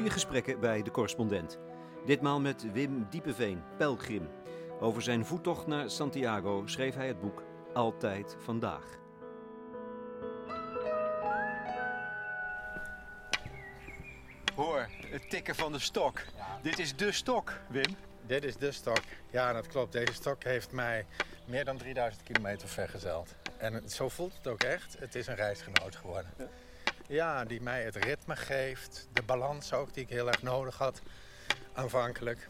Goede gesprekken bij De Correspondent. Ditmaal met Wim Diepeveen, pelgrim. Over zijn voettocht naar Santiago schreef hij het boek Altijd Vandaag. Hoor, het tikken van de stok. Ja. Dit is de stok, Wim. Dit is de stok. Ja, dat klopt. Deze stok heeft mij meer dan 3000 kilometer vergezeld. En zo voelt het ook echt. Het is een reisgenoot geworden. Ja, die mij het ritme geeft. De balans ook, die ik heel erg nodig had. Aanvankelijk.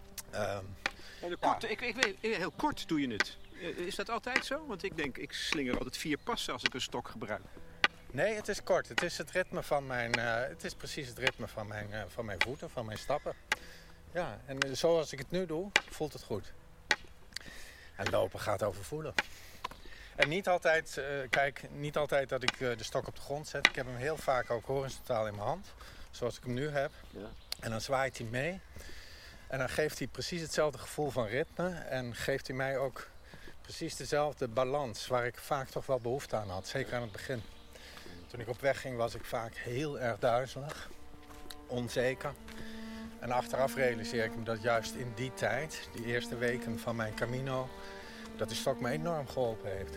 Heel kort doe je het. Is dat altijd zo? Want ik denk, ik slinger altijd 4 passen als ik een stok gebruik. Nee, het is kort. Het is het ritme van mijn... het is precies het ritme van mijn voeten, van mijn stappen. Ja, en zoals ik het nu doe, voelt het goed. En lopen gaat over voelen. En niet altijd dat ik de stok op de grond zet. Ik heb hem heel vaak ook horizontaal in mijn hand. Zoals ik hem nu heb. Ja. En dan zwaait hij mee. En dan geeft hij precies hetzelfde gevoel van ritme. En geeft hij mij ook precies dezelfde balans. Waar ik vaak toch wel behoefte aan had. Zeker aan het begin. Toen ik op weg ging was ik vaak heel erg duizelig. Onzeker. En achteraf realiseer ik me dat juist in die tijd, die eerste weken van mijn Camino, dat de stok me enorm geholpen heeft.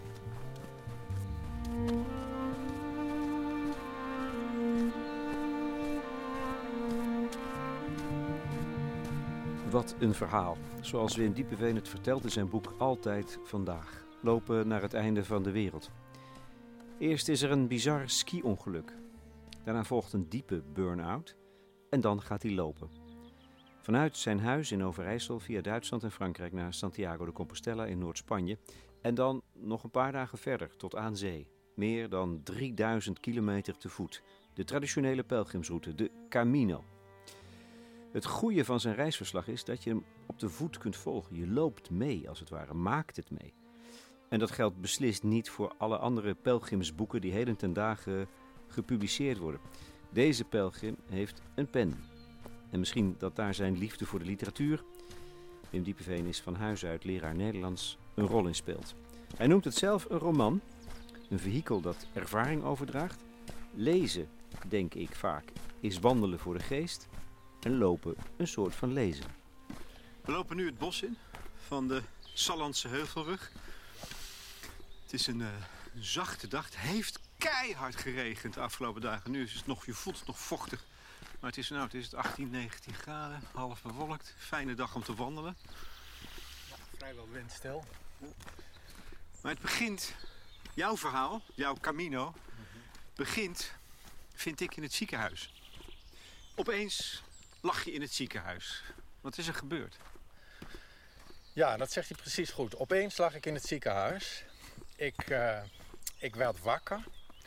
Wat een verhaal. Zoals Wim Diepeveen het vertelt in zijn boek Altijd Vandaag. Lopen naar het einde van de wereld. Eerst is er een bizar ski-ongeluk. Daarna volgt een diepe burn-out. En dan gaat hij lopen. Vanuit zijn huis in Overijssel via Duitsland en Frankrijk naar Santiago de Compostela in Noord-Spanje. En dan nog een paar dagen verder tot aan zee. Meer dan 3000 kilometer te voet. De traditionele pelgrimsroute, de Camino. Het goede van zijn reisverslag is dat je hem op de voet kunt volgen. Je loopt mee, als het ware, maakt het mee. En dat geldt beslist niet voor alle andere pelgrimsboeken die heden ten dagen gepubliceerd worden. Deze pelgrim heeft een pen. En misschien dat daar zijn liefde voor de literatuur, Wim Diepeveen is van huis uit leraar Nederlands, een rol in speelt. Hij noemt het zelf een roman, een vehikel dat ervaring overdraagt. Lezen, denk ik vaak, is wandelen voor de geest en lopen een soort van lezen. We lopen nu het bos in van de Sallandse Heuvelrug. Het is een zachte dag. Het heeft keihard geregend de afgelopen dagen. Nu is het nog, je voelt het nog vochtig. Maar het is 18, 19 graden, half bewolkt. Fijne dag om te wandelen. Ja, vrijwel windstil. Maar het begint, jouw verhaal, jouw Camino, begint, vind ik, in het ziekenhuis. Opeens lag je in het ziekenhuis. Wat is er gebeurd? Ja, dat zegt hij precies goed. Opeens lag ik in het ziekenhuis. Ik werd wakker.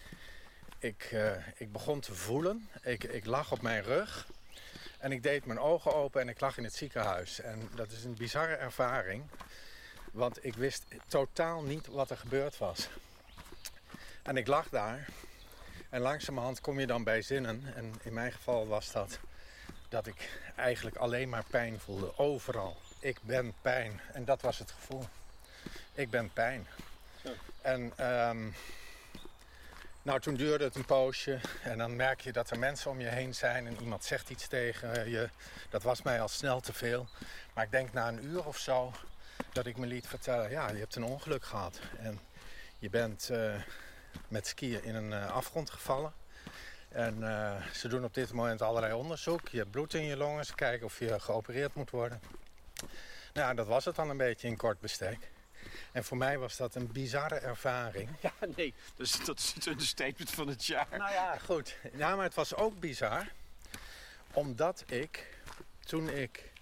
Ik begon te voelen. Ik lag op mijn rug. En ik deed mijn ogen open en ik lag in het ziekenhuis. En dat is een bizarre ervaring. Want ik wist totaal niet wat er gebeurd was. En ik lag daar. En langzamerhand kom je dan bij zinnen. En in mijn geval was dat ik eigenlijk alleen maar pijn voelde. Overal. Ik ben pijn. En dat was het gevoel. Ik ben pijn. Ja. En toen duurde het een poosje. En dan merk je dat er mensen om je heen zijn. En iemand zegt iets tegen je. Dat was mij al snel te veel. Maar ik denk na een uur of zo dat ik me liet vertellen. Ja, je hebt een ongeluk gehad. En je bent met skiën in een afgrond gevallen. En ze doen op dit moment allerlei onderzoek. Je hebt bloed in je longen. Ze kijken of je geopereerd moet worden. Nou, dat was het dan een beetje in kort bestek. En voor mij was dat een bizarre ervaring. Ja, nee, dat is het understatement van het jaar. Nou ja, goed. Ja, maar het was ook bizar. Omdat ik, toen ik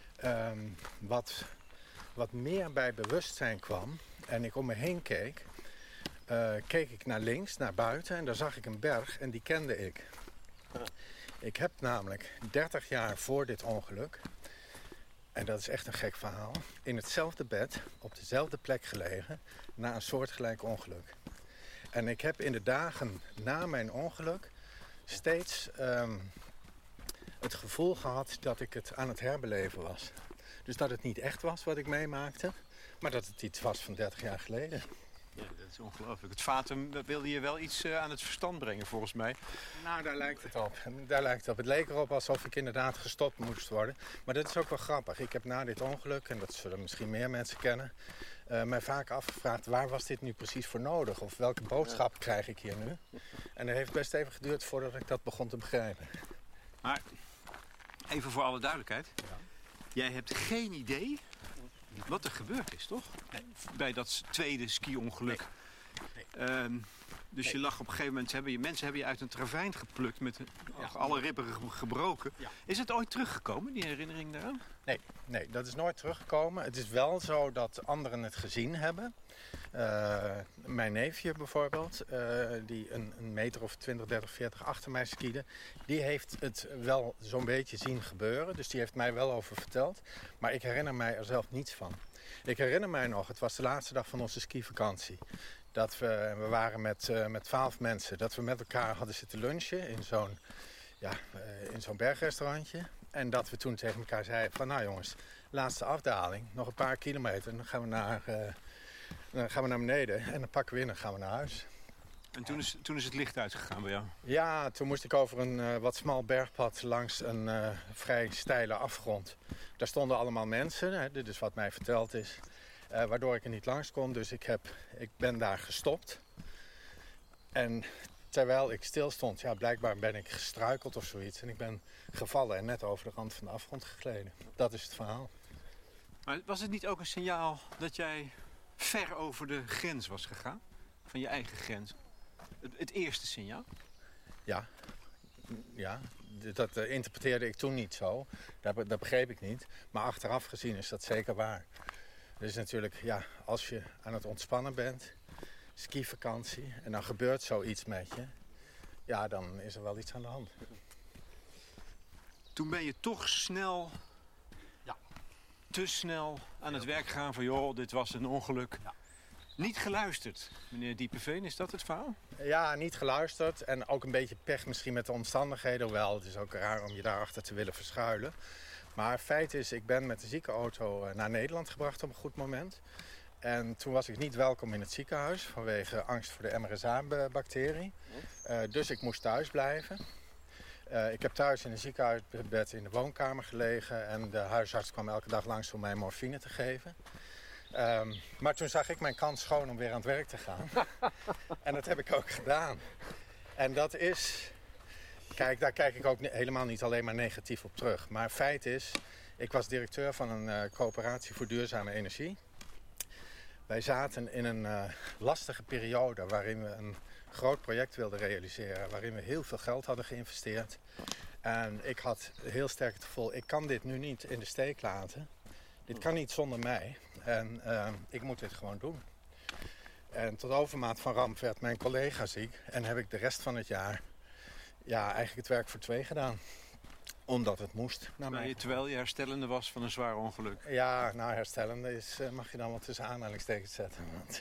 wat meer bij bewustzijn kwam en ik om me heen keek, keek ik naar links, naar buiten en daar zag ik een berg en die kende ik. Ik heb namelijk 30 jaar voor dit ongeluk, en dat is echt een gek verhaal, in hetzelfde bed, op dezelfde plek gelegen, na een soortgelijk ongeluk. En ik heb in de dagen na mijn ongeluk steeds het gevoel gehad dat ik het aan het herbeleven was. Dus dat het niet echt was wat ik meemaakte, maar dat het iets was van 30 jaar geleden. Ja, dat is ongelooflijk. Het Fatum wilde je wel iets aan het verstand brengen, volgens mij. Nou, daar lijkt het op. Het leek erop alsof ik inderdaad gestopt moest worden. Maar dat is ook wel grappig. Ik heb na dit ongeluk, en dat zullen misschien meer mensen kennen, mij vaak afgevraagd, waar was dit nu precies voor nodig? Of welke boodschap krijg ik hier nu? En het heeft best even geduurd voordat ik dat begon te begrijpen. Maar, even voor alle duidelijkheid. Ja. Jij hebt geen idee wat er gebeurd is, toch? Nee. Bij dat tweede ski-ongeluk. Nee. Dus je lag op een gegeven moment, mensen hebben je uit een ravijn geplukt met alle ribben gebroken. Ja. Is het ooit teruggekomen, die herinnering daaraan? Nee, dat is nooit teruggekomen. Het is wel zo dat anderen het gezien hebben. Mijn neefje bijvoorbeeld, die een meter of 20, 30, 40 achter mij skiede, die heeft het wel zo'n beetje zien gebeuren. Dus die heeft mij wel over verteld. Maar ik herinner mij er zelf niets van. Ik herinner mij nog, het was de laatste dag van onze skivakantie. Dat we waren met 12 mensen, dat we met elkaar hadden zitten lunchen in zo'n bergrestaurantje. En dat we toen tegen elkaar zeiden van, nou jongens, laatste afdaling, nog een paar kilometer. Dan gaan we naar beneden en dan pakken we in en gaan we naar huis. En toen is het licht uitgegaan bij jou? Ja, toen moest ik over een wat smal bergpad langs een vrij steile afgrond. Daar stonden allemaal mensen, hè, dit is wat mij verteld is. Waardoor ik er niet langs kon, dus ik ben daar gestopt. En terwijl ik stil stond, blijkbaar ben ik gestruikeld of zoiets. En ik ben gevallen en net over de rand van de afgrond gegleden. Dat is het verhaal. Maar was het niet ook een signaal dat jij ver over de grens was gegaan? Van je eigen grens? Het eerste signaal? Ja, dat interpreteerde ik toen niet zo. Dat begreep ik niet. Maar achteraf gezien is dat zeker waar. Dus natuurlijk, als je aan het ontspannen bent, skivakantie, en dan gebeurt zoiets met je, dan is er wel iets aan de hand. Toen ben je toch te snel aan het werk gegaan van, joh, dit was een ongeluk. Ja. Niet geluisterd, meneer Diepeveen, is dat het verhaal? Ja, niet geluisterd en ook een beetje pech misschien met de omstandigheden. Hoewel, het is ook raar om je daarachter te willen verschuilen. Maar feit is, ik ben met de ziekenauto naar Nederland gebracht op een goed moment. En toen was ik niet welkom in het ziekenhuis vanwege angst voor de MRSA-bacterie. Dus ik moest thuis blijven. Ik heb thuis in een ziekenhuisbed in de woonkamer gelegen. En de huisarts kwam elke dag langs om mij morfine te geven. Maar toen zag ik mijn kans schoon om weer aan het werk te gaan. En dat heb ik ook gedaan. En dat is... Kijk, daar kijk ik ook helemaal niet alleen maar negatief op terug. Maar feit is, ik was directeur van een coöperatie voor duurzame energie. Wij zaten in een lastige periode waarin we een groot project wilden realiseren. Waarin we heel veel geld hadden geïnvesteerd. En ik had heel sterk het gevoel, ik kan dit nu niet in de steek laten. Dit kan niet zonder mij. En ik moet dit gewoon doen. En tot overmaat van ramp werd mijn collega ziek. En heb ik de rest van het jaar eigenlijk het werk voor 2 gedaan. Omdat het moest. Terwijl je herstellende was van een zwaar ongeluk. Ja, nou herstellende mag je dan wel tussen aanhalingstekens zetten. Want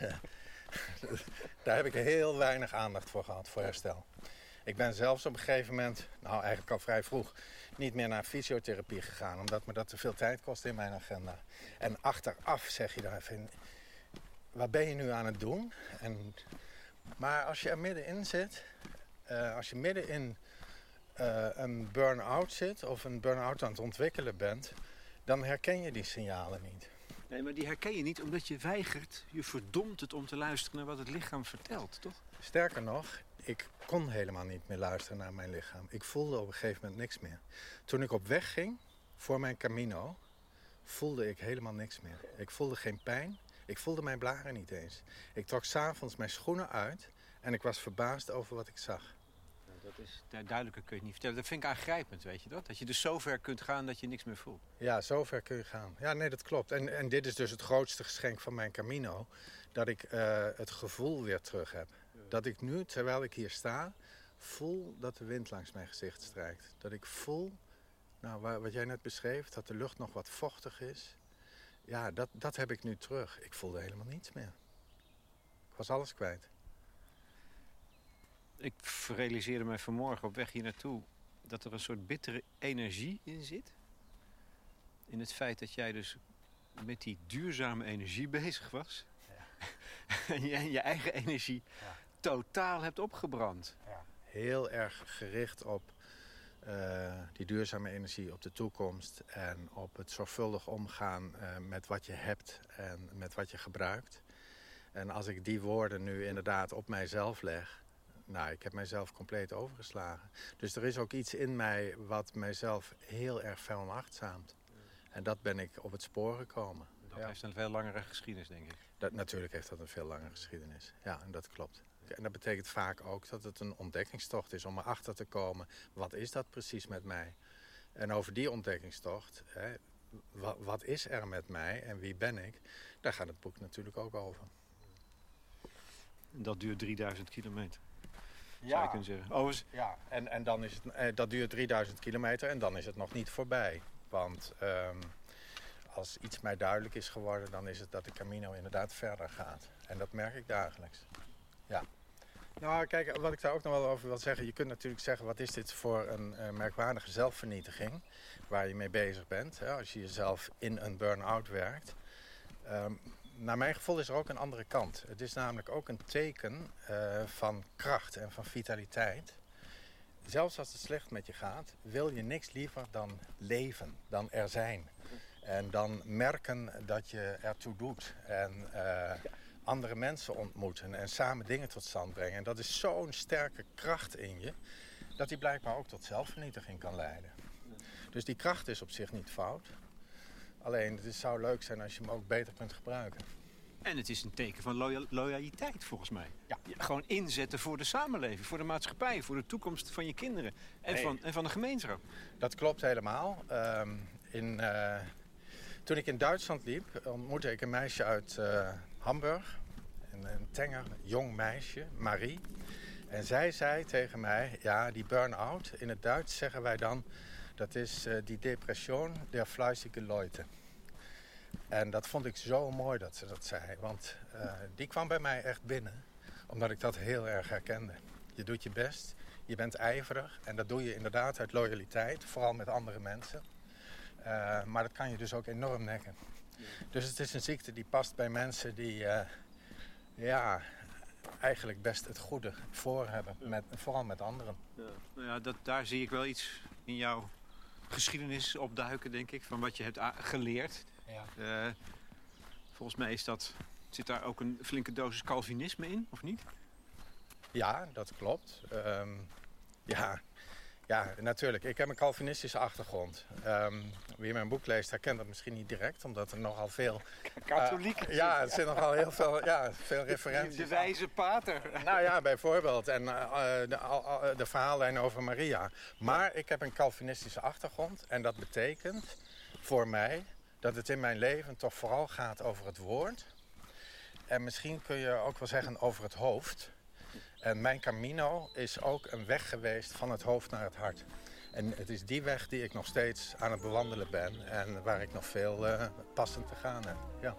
daar heb ik heel weinig aandacht voor gehad, voor herstel. Ik ben zelfs op een gegeven moment, eigenlijk al vrij vroeg, niet meer naar fysiotherapie gegaan. Omdat me dat te veel tijd kost in mijn agenda. En achteraf zeg je dan even, wat ben je nu aan het doen? Maar als je er middenin zit, als je midden in een burn-out zit of een burn-out aan het ontwikkelen bent, dan herken je die signalen niet. Nee, maar die herken je niet omdat je weigert, je verdomt het om te luisteren naar wat het lichaam vertelt, toch? Sterker nog, ik kon helemaal niet meer luisteren naar mijn lichaam. Ik voelde op een gegeven moment niks meer. Toen ik op weg ging voor mijn Camino, voelde ik helemaal niks meer. Ik voelde geen pijn. Ik voelde mijn blaren niet eens. Ik trok 's avonds mijn schoenen uit en ik was verbaasd over wat ik zag. Dat is duidelijker kun je het niet vertellen. Dat vind ik aangrijpend, weet je dat? Dat je dus zo ver kunt gaan dat je niks meer voelt. Ja, zo ver kun je gaan. Ja, nee, dat klopt. En dit is dus het grootste geschenk van mijn Camino. Dat ik het gevoel weer terug heb. Dat ik nu, terwijl ik hier sta, voel dat de wind langs mijn gezicht strijkt. Dat ik voel, wat jij net beschreef, dat de lucht nog wat vochtig is. Ja, dat heb ik nu terug. Ik voelde helemaal niets meer. Ik was alles kwijt. Ik realiseerde mij vanmorgen op weg hier naartoe dat er een soort bittere energie in zit. In het feit dat jij dus met die duurzame energie bezig was. en je eigen energie totaal hebt opgebrand. Ja. Heel erg gericht op die duurzame energie, op de toekomst en op het zorgvuldig omgaan met wat je hebt en met wat je gebruikt. En als ik die woorden nu inderdaad op mijzelf leg, nou, ik heb mijzelf compleet overgeslagen. Dus er is ook iets in mij wat mijzelf heel erg veronachtzaamt. En dat ben ik op het spoor gekomen. Dat heeft een veel langere geschiedenis, denk ik. Natuurlijk heeft dat een veel langere geschiedenis. Ja, en dat klopt. En dat betekent vaak ook dat het een ontdekkingstocht is om erachter te komen. Wat is dat precies met mij? En over die ontdekkingstocht, wat is er met mij en wie ben ik? Daar gaat het boek natuurlijk ook over. Dat duurt 3000 kilometer. Zou je kunnen zeggen. Ja, en dan is het, dat duurt 3000 kilometer en dan is het nog niet voorbij. Want als iets mij duidelijk is geworden, dan is het dat de Camino inderdaad verder gaat. En dat merk ik dagelijks. Ja. Nou, kijk, wat ik daar ook nog wel over wil zeggen. Je kunt natuurlijk zeggen, wat is dit voor een merkwaardige zelfvernietiging waar je mee bezig bent. Hè, als je jezelf in een burn-out werkt. Naar mijn gevoel is er ook een andere kant. Het is namelijk ook een teken van kracht en van vitaliteit. Zelfs als het slecht met je gaat, wil je niks liever dan leven, dan er zijn. En dan merken dat je ertoe doet. En andere mensen ontmoeten en samen dingen tot stand brengen. En dat is zo'n sterke kracht in je, dat die blijkbaar ook tot zelfvernietiging kan leiden. Dus die kracht is op zich niet fout. Alleen het zou leuk zijn als je hem ook beter kunt gebruiken. En het is een teken van loyaliteit, volgens mij. Ja. Gewoon inzetten voor de samenleving, voor de maatschappij, voor de toekomst van je kinderen en van de gemeenschap. Dat klopt helemaal. Toen ik in Duitsland liep, ontmoette ik een meisje uit Hamburg. Een tenger, jong meisje, Marie. En zij zei tegen mij, ja, die burn-out, in het Duits zeggen wij dan, dat is die depression der fleißige Leute. En dat vond ik zo mooi dat ze dat zei, want die kwam bij mij echt binnen, omdat ik dat heel erg herkende. Je doet je best, je bent ijverig en dat doe je inderdaad uit loyaliteit, vooral met andere mensen. Maar dat kan je dus ook enorm nekken. Dus het is een ziekte die past bij mensen die eigenlijk best het goede voor hebben, vooral met anderen. Ja. Nou ja, daar zie ik wel iets in jouw geschiedenis opduiken, denk ik, van wat je hebt geleerd. Ja. Volgens mij zit daar ook een flinke dosis Calvinisme in, of niet? Ja, dat klopt. Ja, natuurlijk. Ik heb een Calvinistische achtergrond. Wie mijn boek leest, herkent dat misschien niet direct, omdat er nogal veel... Katholieken. Er zit nogal heel veel referenties. De wijze pater. Nou ja, bijvoorbeeld. En de verhaallijn over Maria. Maar ik heb een Calvinistische achtergrond. En dat betekent voor mij dat het in mijn leven toch vooral gaat over het woord. En misschien kun je ook wel zeggen over het hoofd. En mijn Camino is ook een weg geweest van het hoofd naar het hart. En het is die weg die ik nog steeds aan het bewandelen ben. En waar ik nog veel passend te gaan heb. Ja.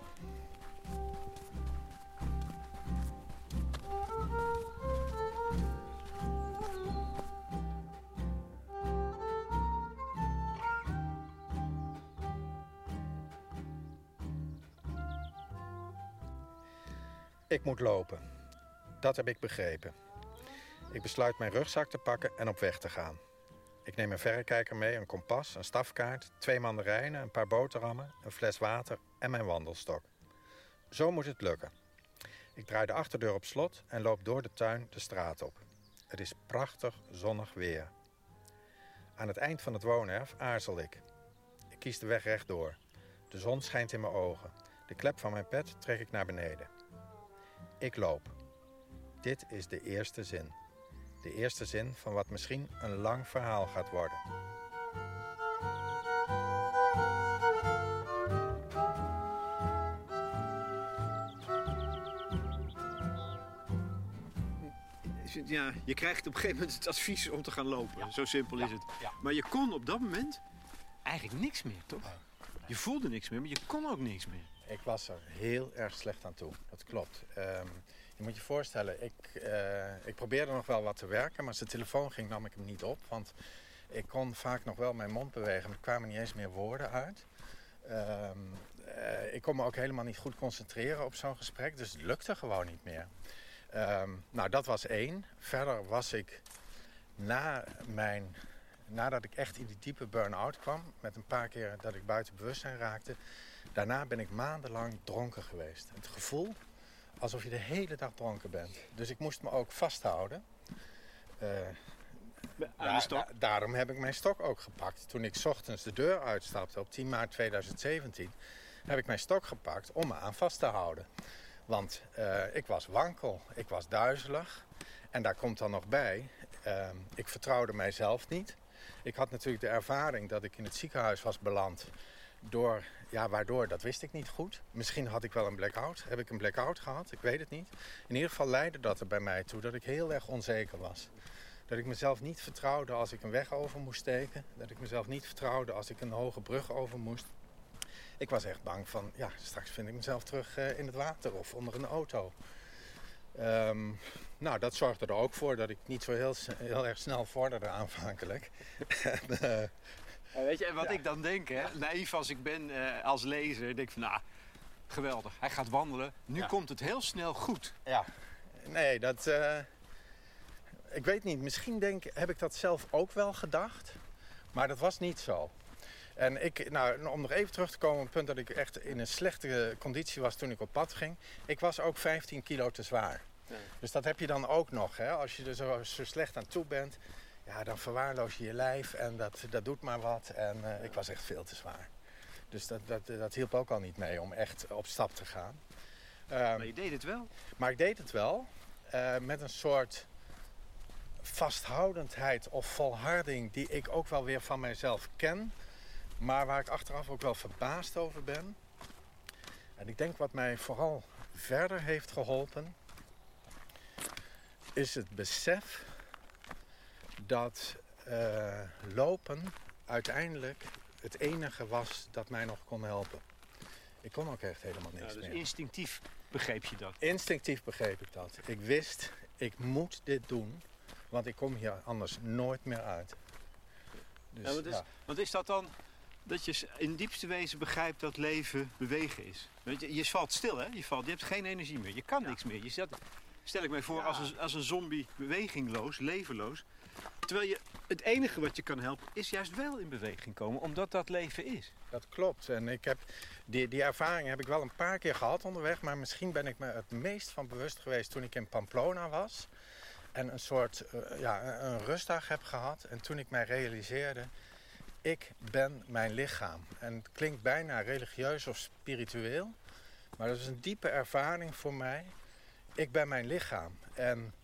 Ik moet lopen. Dat heb ik begrepen. Ik besluit mijn rugzak te pakken en op weg te gaan. Ik neem een verrekijker mee, een kompas, een stafkaart, 2 mandarijnen, een paar boterhammen, een fles water en mijn wandelstok. Zo moet het lukken. Ik draai de achterdeur op slot en loop door de tuin de straat op. Het is prachtig zonnig weer. Aan het eind van het woonerf aarzel ik. Ik kies de weg rechtdoor. De zon schijnt in mijn ogen. De klep van mijn pet trek ik naar beneden. Ik loop. Dit is de eerste zin. De eerste zin van wat misschien een lang verhaal gaat worden. Ja, je krijgt op een gegeven moment het advies om te gaan lopen. Ja. Zo simpel is het. Ja. Maar je kon op dat moment eigenlijk niks meer, toch? Nee. Je voelde niks meer, maar je kon ook niks meer. Ik was er heel erg slecht aan toe. Dat klopt. Je moet je voorstellen, ik probeerde nog wel wat te werken, maar zijn telefoon nam ik hem niet op. Want ik kon vaak nog wel mijn mond bewegen, maar er kwamen niet eens meer woorden uit. Ik kon me ook helemaal niet goed concentreren op zo'n gesprek. Dus het lukte gewoon niet meer. Nou, dat was 1. Verder was ik nadat ik echt in die diepe burn-out kwam, met een paar keer dat ik buiten bewustzijn raakte, daarna ben ik maandenlang dronken geweest. Het gevoel alsof je de hele dag dronken bent. Dus ik moest me ook vasthouden. Aan de stok? Daarom heb ik mijn stok ook gepakt. Toen ik 's ochtends de deur uitstapte op 10 maart 2017... heb ik mijn stok gepakt om me aan vast te houden. Want ik was wankel, ik was duizelig. En daar komt dan nog bij, ik vertrouwde mijzelf niet. Ik had natuurlijk de ervaring dat ik in het ziekenhuis was beland. Waardoor, dat wist ik niet goed. Misschien had ik wel een blackout. Heb ik een blackout gehad? Ik weet het niet. In ieder geval leidde dat er bij mij toe dat ik heel erg onzeker was. Dat ik mezelf niet vertrouwde als ik een weg over moest steken. Dat ik mezelf niet vertrouwde als ik een hoge brug over moest. Ik was echt bang van, straks vind ik mezelf terug in het water of onder een auto. Dat zorgde er ook voor dat ik niet zo heel erg snel vorderde aanvankelijk. Weet je, en wat ik dan denk, naïef als ik ben als lezer, denk van, geweldig, hij gaat wandelen. Nu komt het heel snel goed. Ja, nee, ik weet niet, misschien heb ik dat zelf ook wel gedacht, maar dat was niet zo. En om nog even terug te komen op het punt dat ik echt in een slechte conditie was toen ik op pad ging. Ik was ook 15 kilo te zwaar. Ja. Dus dat heb je dan ook nog. Hè? Als je er zo slecht aan toe bent, dan verwaarloos je je lijf en dat doet maar wat. En ik was echt veel te zwaar. Dus dat hielp ook al niet mee om echt op stap te gaan. Maar je deed het wel? Maar ik deed het wel met een soort vasthoudendheid of volharding die ik ook wel weer van mijzelf ken. Maar waar ik achteraf ook wel verbaasd over ben. En ik denk wat mij vooral verder heeft geholpen, is het besef dat lopen uiteindelijk het enige was dat mij nog kon helpen. Ik kon ook echt helemaal niks dus meer. Instinctief begreep je dat? Instinctief begreep ik dat. Ik wist, ik moet dit doen, want ik kom hier anders nooit meer uit. Dus, want is dat dan dat je in diepste wezen begrijpt dat leven bewegen is? Weet je valt stil, hè? Je hebt geen energie meer. Je kan niks meer. Stel ik mij voor als een zombie bewegingloos, levenloos. Terwijl het enige wat je kan helpen is juist wel in beweging komen, omdat dat leven is. Dat klopt. En ik heb die ervaring heb ik wel een paar keer gehad onderweg, maar misschien ben ik me het meest van bewust geweest toen ik in Pamplona was. En een soort een rustdag heb gehad. En toen ik mij realiseerde, ik ben mijn lichaam. En het klinkt bijna religieus of spiritueel. Maar dat is een diepe ervaring voor mij. Ik ben mijn lichaam. En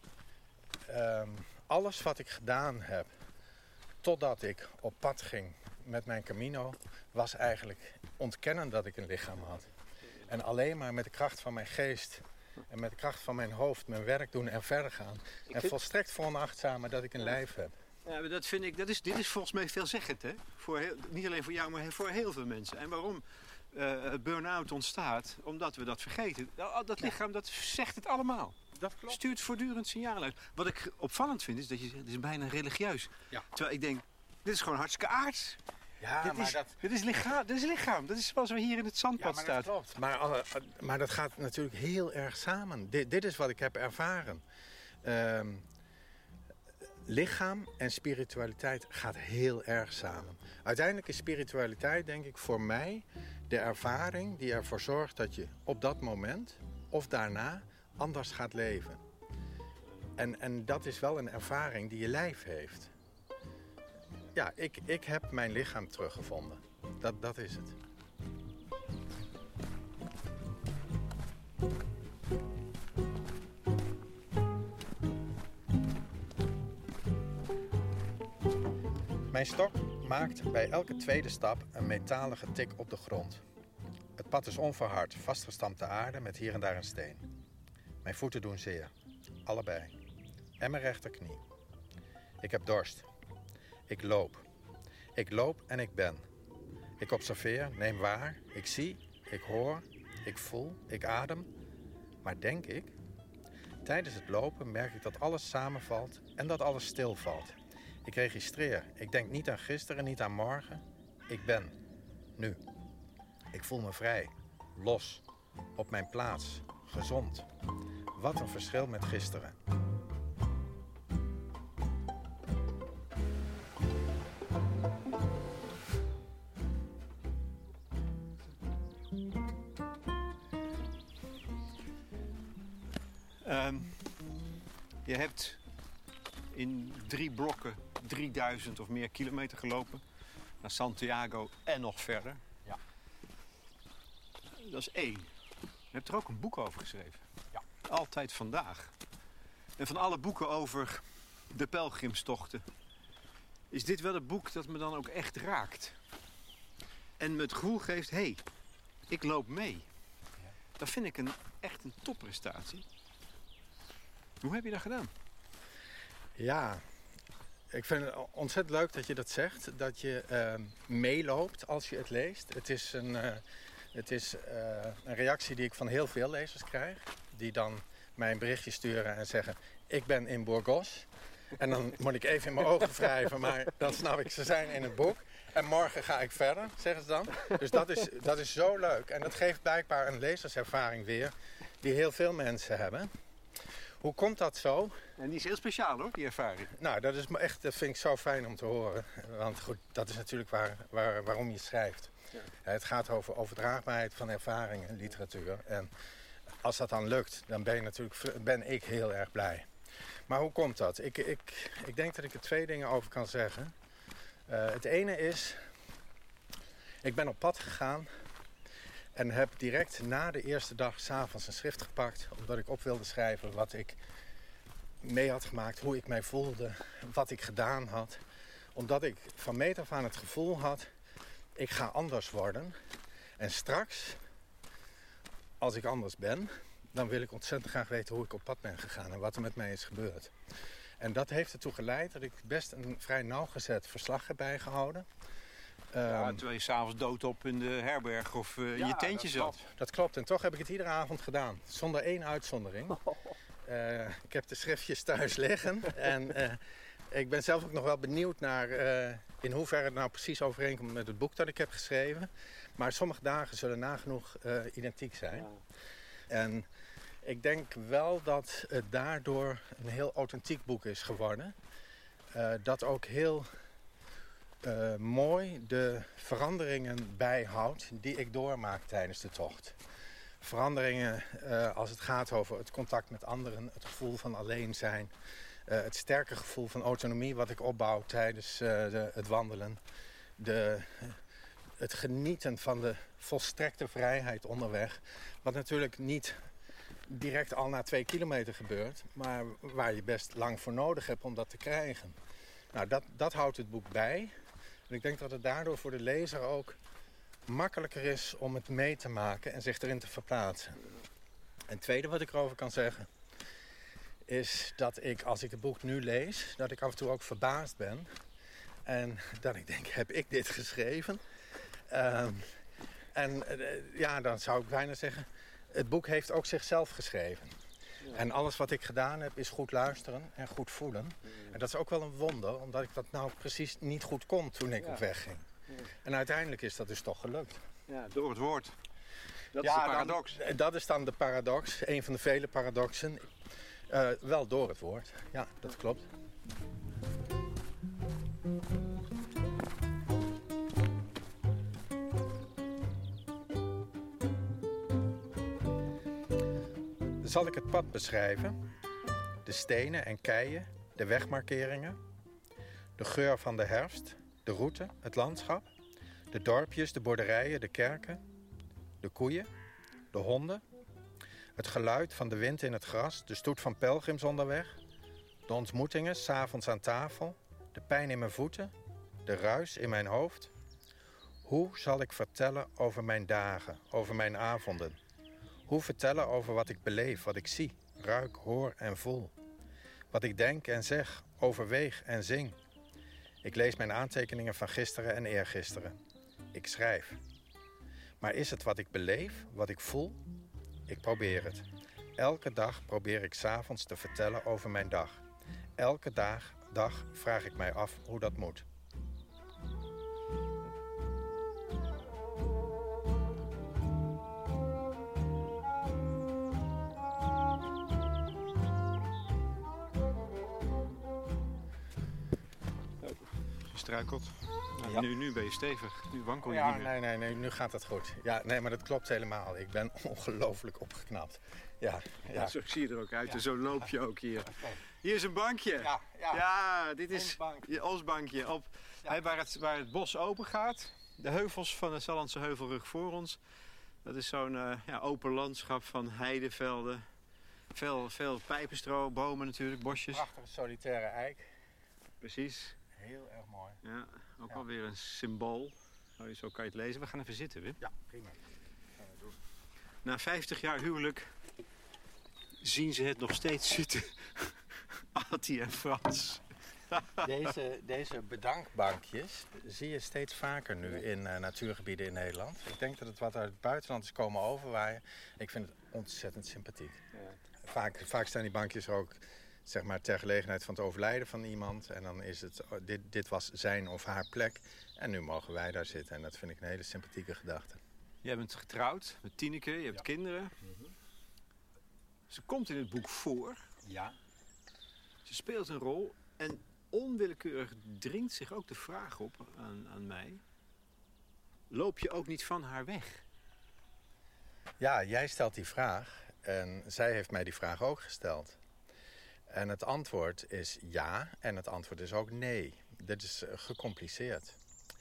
alles wat ik gedaan heb totdat ik op pad ging met mijn Camino, was eigenlijk ontkennen dat ik een lichaam had. En alleen maar met de kracht van mijn geest en met de kracht van mijn hoofd mijn werk doen en verder gaan. Volstrekt veronachtzamen dat ik een lijf heb. Ja, maar dit is volgens mij veelzeggend, hè? Niet alleen voor jou, maar voor heel veel mensen. En waarom burn-out ontstaat? Omdat we dat vergeten. Dat lichaam, dat zegt het allemaal. Dat klopt. Stuurt voortdurend signalen uit. Wat ik opvallend vind, is dat je zegt, dit is bijna religieus. Ja. Terwijl ik denk, dit is gewoon hartstikke aards. Ja, dit is lichaam. Dat is zoals we hier in het zandpad staan. Dat klopt. Maar dat gaat natuurlijk heel erg samen. Dit is wat ik heb ervaren. Lichaam en spiritualiteit gaat heel erg samen. Uiteindelijk is spiritualiteit, denk ik, voor mij de ervaring die ervoor zorgt dat je op dat moment of daarna anders gaat leven. En dat is wel een ervaring die je lijf heeft. Ja, ik heb mijn lichaam teruggevonden. Dat is het. Mijn stok maakt bij elke tweede stap een metalige tik op de grond. Het pad is onverhard, vastgestampte aarde met hier en daar een steen. Mijn voeten doen zeer. Allebei. En mijn rechterknie. Ik heb dorst. Ik loop. Ik loop en ik ben. Ik observeer, neem waar. Ik zie, ik hoor, ik voel, ik adem. Maar denk ik? Tijdens het lopen merk ik dat alles samenvalt en dat alles stilvalt. Ik registreer. Ik denk niet aan gisteren, niet aan morgen. Ik ben. Nu. Ik voel me vrij, los, op mijn plaats, gezond. Wat een verschil met gisteren. Je hebt in 3 blokken 3000 of meer kilometer gelopen. Naar Santiago en nog verder. Ja. Dat is 1. Je hebt er ook een boek over geschreven. Ja. Altijd vandaag. En van alle boeken over de pelgrimstochten is dit wel het boek dat me dan ook echt raakt. En me het gevoel geeft, hé, ik loop mee. Ja. Dat vind ik echt een topprestatie. Hoe heb je dat gedaan? Ja, ik vind het ontzettend leuk dat je dat zegt. Dat je meeloopt als je het leest. Het is een reactie die ik van heel veel lezers krijg. Die dan mij een berichtje sturen en zeggen... ik ben in Burgos. En dan moet ik even in mijn ogen wrijven. Maar dan snap ik, ze zijn in het boek. En morgen ga ik verder, zeggen ze dan. Dus dat is zo leuk. En dat geeft blijkbaar een lezerservaring weer... die heel veel mensen hebben. Hoe komt dat zo? En die is heel speciaal hoor, die ervaring. Nou, dat vind ik zo fijn om te horen. Want goed, dat is natuurlijk waarom je schrijft. Ja. Het gaat over overdraagbaarheid van ervaring in literatuur. En als dat dan lukt, dan ben ik heel erg blij. Maar hoe komt dat? Ik denk dat ik er 2 dingen over kan zeggen. Het ene is, ik ben op pad gegaan en heb direct na de eerste dag 's avonds een schrift gepakt. Omdat ik op wilde schrijven wat ik mee had gemaakt, hoe ik mij voelde, wat ik gedaan had. Omdat ik van meet af aan het gevoel had, ik ga anders worden. En straks, als ik anders ben, dan wil ik ontzettend graag weten hoe ik op pad ben gegaan en wat er met mij is gebeurd. En dat heeft ertoe geleid dat ik best een vrij nauwgezet verslag heb bijgehouden. Terwijl je s'avonds doodop in de herberg of in je tentje zat. Dat klopt. En toch heb ik het iedere avond gedaan. Zonder 1 uitzondering. Ik heb de schriftjes thuis liggen. En ik ben zelf ook nog wel benieuwd naar in hoeverre het nou precies overeenkomt met het boek dat ik heb geschreven. Maar sommige dagen zullen nagenoeg identiek zijn. Ja. En ik denk wel dat het daardoor een heel authentiek boek is geworden. Dat ook heel mooi de veranderingen bijhoudt die ik doormaak tijdens de tocht. Veranderingen als het gaat over het contact met anderen, het gevoel van alleen zijn, het sterke gevoel van autonomie wat ik opbouw tijdens het wandelen, het genieten van de volstrekte vrijheid onderweg, wat natuurlijk niet direct al na 2 kilometer gebeurt, maar waar je best lang voor nodig hebt om dat te krijgen. Nou, dat houdt het boek bij. En ik denk dat het daardoor voor de lezer ook makkelijker is om het mee te maken en zich erin te verplaatsen. En het tweede wat ik erover kan zeggen is dat ik, als ik het boek nu lees, dat ik af en toe ook verbaasd ben. En dat ik denk, heb ik dit geschreven? Dan zou ik bijna zeggen, het boek heeft ook zichzelf geschreven. Ja. En alles wat ik gedaan heb is goed luisteren en goed voelen. Ja. En dat is ook wel een wonder, omdat ik dat nou precies niet goed kon toen ik op weg ging. Ja. En uiteindelijk is dat dus toch gelukt. Ja, door het woord. Dat is de paradox. Dat is dan de paradox, een van de vele paradoxen. Wel door het woord, ja, dat klopt. Zal ik het pad beschrijven? De stenen en keien, de wegmarkeringen, de geur van de herfst, de route, het landschap, de dorpjes, de boerderijen, de kerken, de koeien, de honden, het geluid van de wind in het gras, de stoet van pelgrims onderweg, de ontmoetingen 's avonds aan tafel, de pijn in mijn voeten, de ruis in mijn hoofd. Hoe zal ik vertellen over mijn dagen, over mijn avonden? Hoe vertellen over wat ik beleef, wat ik zie, ruik, hoor en voel? Wat ik denk en zeg, overweeg en zing. Ik lees mijn aantekeningen van gisteren en eergisteren. Ik schrijf. Maar is het wat ik beleef, wat ik voel? Ik probeer het. Elke dag probeer ik 's avonds te vertellen over mijn dag. Elke dag vraag ik mij af hoe dat moet. gestruikeld. Nou, Ja. nu ben je stevig. Nu wankel je niet meer. Nee, nu gaat het goed. Ja, nee, maar dat klopt helemaal. Ik ben ongelooflijk opgeknapt. Ja. Zo zie je er ook uit Ja. en zo loop je ook hier. Hier is een bankje. Ja, dit is ons bankje. Waar het bos open gaat. De heuvels van de Sallandse Heuvelrug voor ons. Dat is zo'n open landschap van heidevelden. Veel pijpenstro, bomen natuurlijk, bosjes. Prachtige solitaire eik. Precies. Heel erg mooi. Ja, ook alweer een symbool. Zo kan je het lezen. We gaan even zitten, Wim. Ja, prima. Na 50 jaar huwelijk zien ze het nog steeds zitten. Attie en Frans. Deze bedankbankjes zie je steeds vaker nu in natuurgebieden in Nederland. Ik denk dat het wat uit het buitenland is komen overwaaien. Ik vind het ontzettend sympathiek. Ja. Vaak staan die bankjes er ook, zeg maar, ter gelegenheid van het overlijden van iemand. En dan is het, dit was zijn of haar plek. En nu mogen wij daar zitten. En dat vind ik een hele sympathieke gedachte. Jij bent getrouwd met Tineke, je hebt kinderen. Ze komt in het boek voor. Ja. Ze speelt een rol en onwillekeurig dringt zich ook de vraag op aan mij. Loop je ook niet van haar weg? Ja, jij stelt die vraag en zij heeft mij die vraag ook gesteld. En het antwoord is ja en het antwoord is ook nee. Dit is gecompliceerd.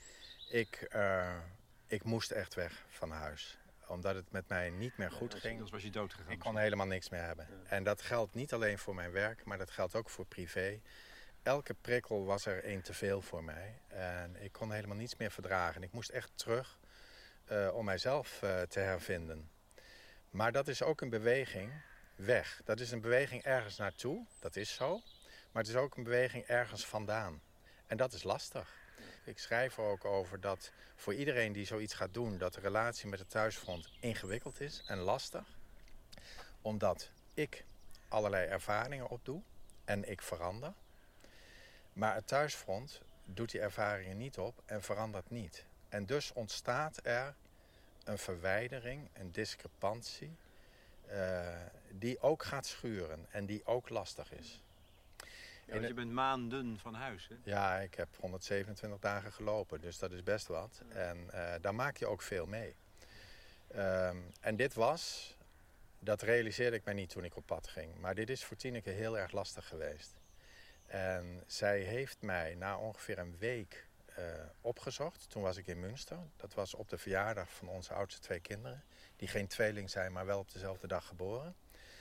Ik moest echt weg van huis. Omdat het met mij niet meer goed ging. Anders was je dood gegaan. Ik kon helemaal niks meer hebben. Ja. En dat geldt niet alleen voor mijn werk, maar dat geldt ook voor privé. Elke prikkel was er één te veel voor mij. En ik kon helemaal niets meer verdragen. En ik moest echt terug om mijzelf te hervinden. Maar dat is ook een beweging weg. Dat is een beweging ergens naartoe. Dat is zo. Maar het is ook een beweging ergens vandaan. En dat is lastig. Ik schrijf er ook over dat voor iedereen die zoiets gaat doen, dat de relatie met het thuisfront ingewikkeld is en lastig. Omdat ik allerlei ervaringen opdoe en ik verander. Maar het thuisfront doet die ervaringen niet op en verandert niet. En dus ontstaat er een verwijdering, een discrepantie, die ook gaat schuren en die ook lastig is. Ja, want je bent maanden van huis, hè? Ja, ik heb 127 dagen gelopen, dus dat is best wat. En daar maak je ook veel mee. En dat realiseerde ik mij niet toen ik op pad ging. Maar dit is voor Tineke heel erg lastig geweest. En zij heeft mij na ongeveer een week opgezocht. Toen was ik in Münster. Dat was op de verjaardag van onze oudste 2 kinderen. Die geen tweeling zijn, maar wel op dezelfde dag geboren.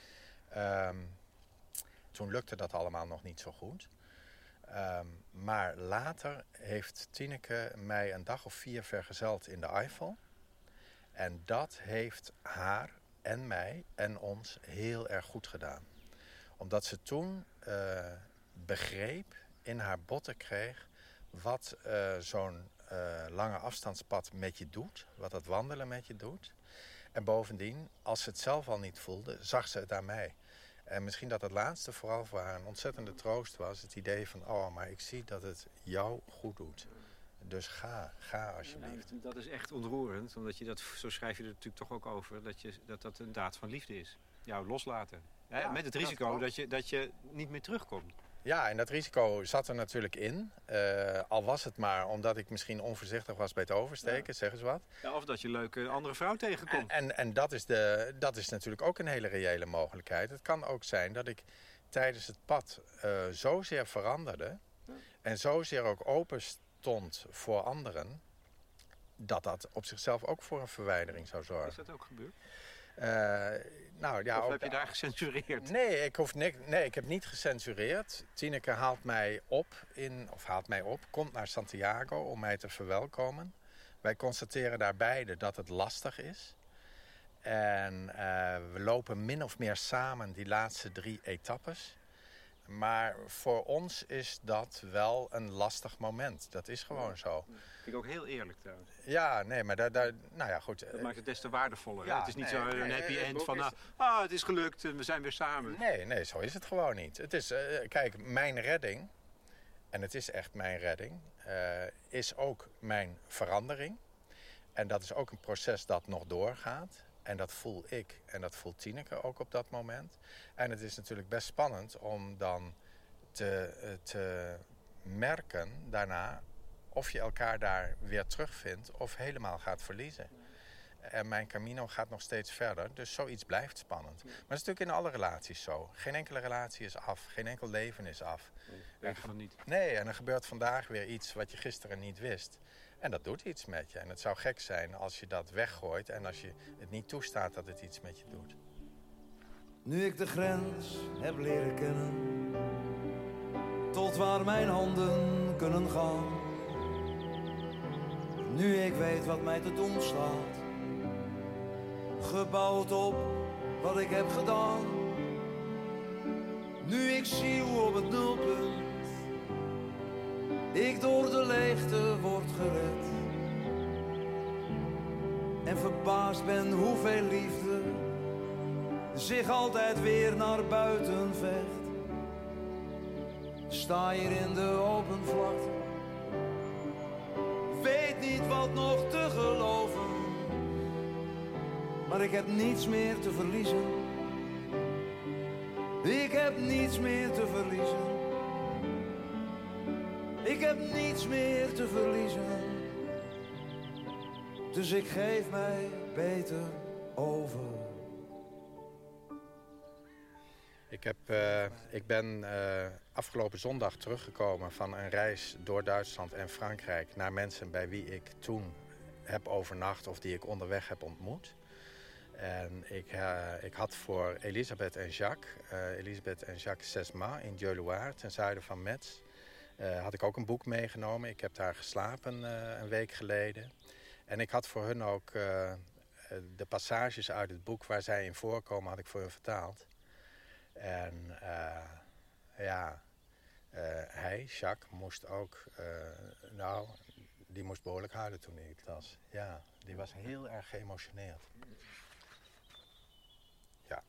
Toen lukte dat allemaal nog niet zo goed. Maar later heeft Tineke mij een dag of 4 vergezeld in de Eifel. En dat heeft haar en mij en ons heel erg goed gedaan. Omdat ze toen begreep, in haar botten kreeg, wat zo'n lange afstandspad met je doet. Wat dat wandelen met je doet. En bovendien, als ze het zelf al niet voelde, zag ze het aan mij. En misschien dat het laatste vooral voor haar een ontzettende troost was. Het idee van, oh, maar ik zie dat het jou goed doet. Dus ga alsjeblieft. Ja, dat is echt ontroerend. Omdat zo schrijf je er natuurlijk toch ook over. Dat een daad van liefde is. Jou loslaten. Ja, met het risico dat je niet meer terugkomt. Ja, en dat risico zat er natuurlijk in. Al was het maar omdat ik misschien onvoorzichtig was bij het oversteken, zeg eens wat. Ja, of dat je een leuke andere vrouw tegenkomt. En dat is natuurlijk ook een hele reële mogelijkheid. Het kan ook zijn dat ik tijdens het pad zozeer veranderde. Ja. En zozeer ook open stond voor anderen. Dat op zichzelf ook voor een verwijdering zou zorgen. Is dat ook gebeurd? Of heb je daar gecensureerd? Nee, ik heb niet gecensureerd. Tineke haalt mij op, komt naar Santiago om mij te verwelkomen. Wij constateren daar beide dat het lastig is. En we lopen min of meer samen die laatste 3 etappes. Maar voor ons is dat wel een lastig moment. Dat is gewoon zo. Dat vind ik ook heel eerlijk trouwens. Ja, nee, maar nou ja, goed. Dat maakt het des te waardevoller. Ja, het is niet zo een happy end van, het is gelukt en we zijn weer samen. Nee, zo is het gewoon niet. Het is, kijk, mijn redding, en het is echt mijn redding, is ook mijn verandering. En dat is ook een proces dat nog doorgaat. En dat voel ik en dat voelt Tineke ook op dat moment. En het is natuurlijk best spannend om dan te merken daarna of je elkaar daar weer terugvindt of helemaal gaat verliezen. En mijn Camino gaat nog steeds verder, dus zoiets blijft spannend. Maar dat is natuurlijk in alle relaties zo. Geen enkele relatie is af, geen enkel leven is af. Beter van niet. Nee, en er gebeurt vandaag weer iets wat je gisteren niet wist. En dat doet iets met je. En het zou gek zijn als je dat weggooit en als je het niet toestaat dat het iets met je doet. Nu ik de grens heb leren kennen, tot waar mijn handen kunnen gaan. Nu ik weet wat mij te doen staat, gebouwd op wat ik heb gedaan. Nu ik zie hoe op het nulpunt ik door de leegte word gered. En verbaasd ben hoeveel liefde zich altijd weer naar buiten vecht. Sta hier in de open vlakte, weet niet wat nog te geloven, maar ik heb niets meer te verliezen. Ik heb niets meer te verliezen. Ik heb niets meer te verliezen. Dus ik geef mij beter over. Ik ben afgelopen zondag teruggekomen van een reis door Duitsland en Frankrijk naar mensen bij wie ik toen heb overnacht of die ik onderweg heb ontmoet. En ik had voor Elisabeth en Jacques Sesma in Dieu-Loire, ten zuiden van Metz, had ik ook een boek meegenomen. Ik heb daar geslapen een week geleden. En ik had voor hun ook de passages uit het boek waar zij in voorkomen, had ik voor hun vertaald. En hij, Jacques, moest ook, die moest behoorlijk huilen toen hij het las. Ja, die was heel erg geëmotioneerd. Ja.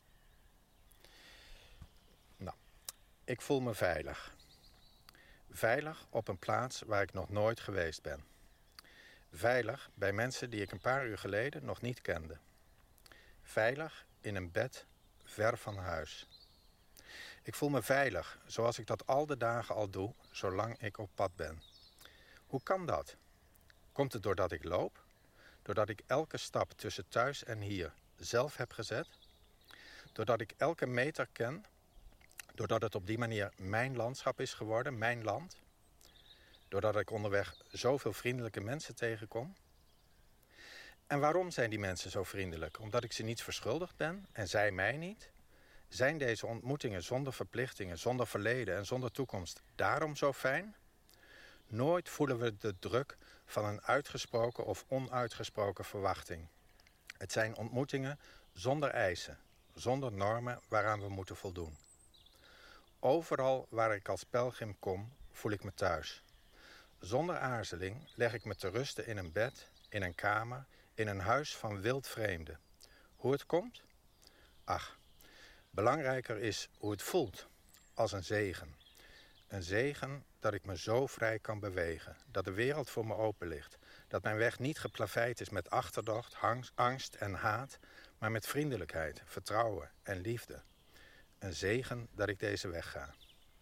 Nou, ik voel me veilig. Veilig op een plaats waar ik nog nooit geweest ben. Veilig bij mensen die ik een paar uur geleden nog niet kende. Veilig in een bed ver van huis. Ik voel me veilig, zoals ik dat al de dagen al doe, zolang ik op pad ben. Hoe kan dat? Komt het doordat ik loop? Doordat ik elke stap tussen thuis en hier zelf heb gezet? Doordat ik elke meter ken? Doordat het op die manier mijn landschap is geworden, mijn land? Doordat ik onderweg zoveel vriendelijke mensen tegenkom? En waarom zijn die mensen zo vriendelijk? Omdat ik ze niet verschuldigd ben en zij mij niet? Zijn deze ontmoetingen zonder verplichtingen, zonder verleden en zonder toekomst daarom zo fijn? Nooit voelen we de druk van een uitgesproken of onuitgesproken verwachting. Het zijn ontmoetingen zonder eisen, zonder normen waaraan we moeten voldoen. Overal waar ik als pelgrim kom, voel ik me thuis. Zonder aarzeling leg ik me te rusten in een bed, in een kamer, in een huis van wildvreemden. Hoe het komt? Ach, belangrijker is hoe het voelt, als een zegen. Een zegen dat ik me zo vrij kan bewegen, dat de wereld voor me open ligt. Dat mijn weg niet geplaveid is met achterdocht, angst en haat, maar met vriendelijkheid, vertrouwen en liefde. Een zegen dat ik deze weg ga.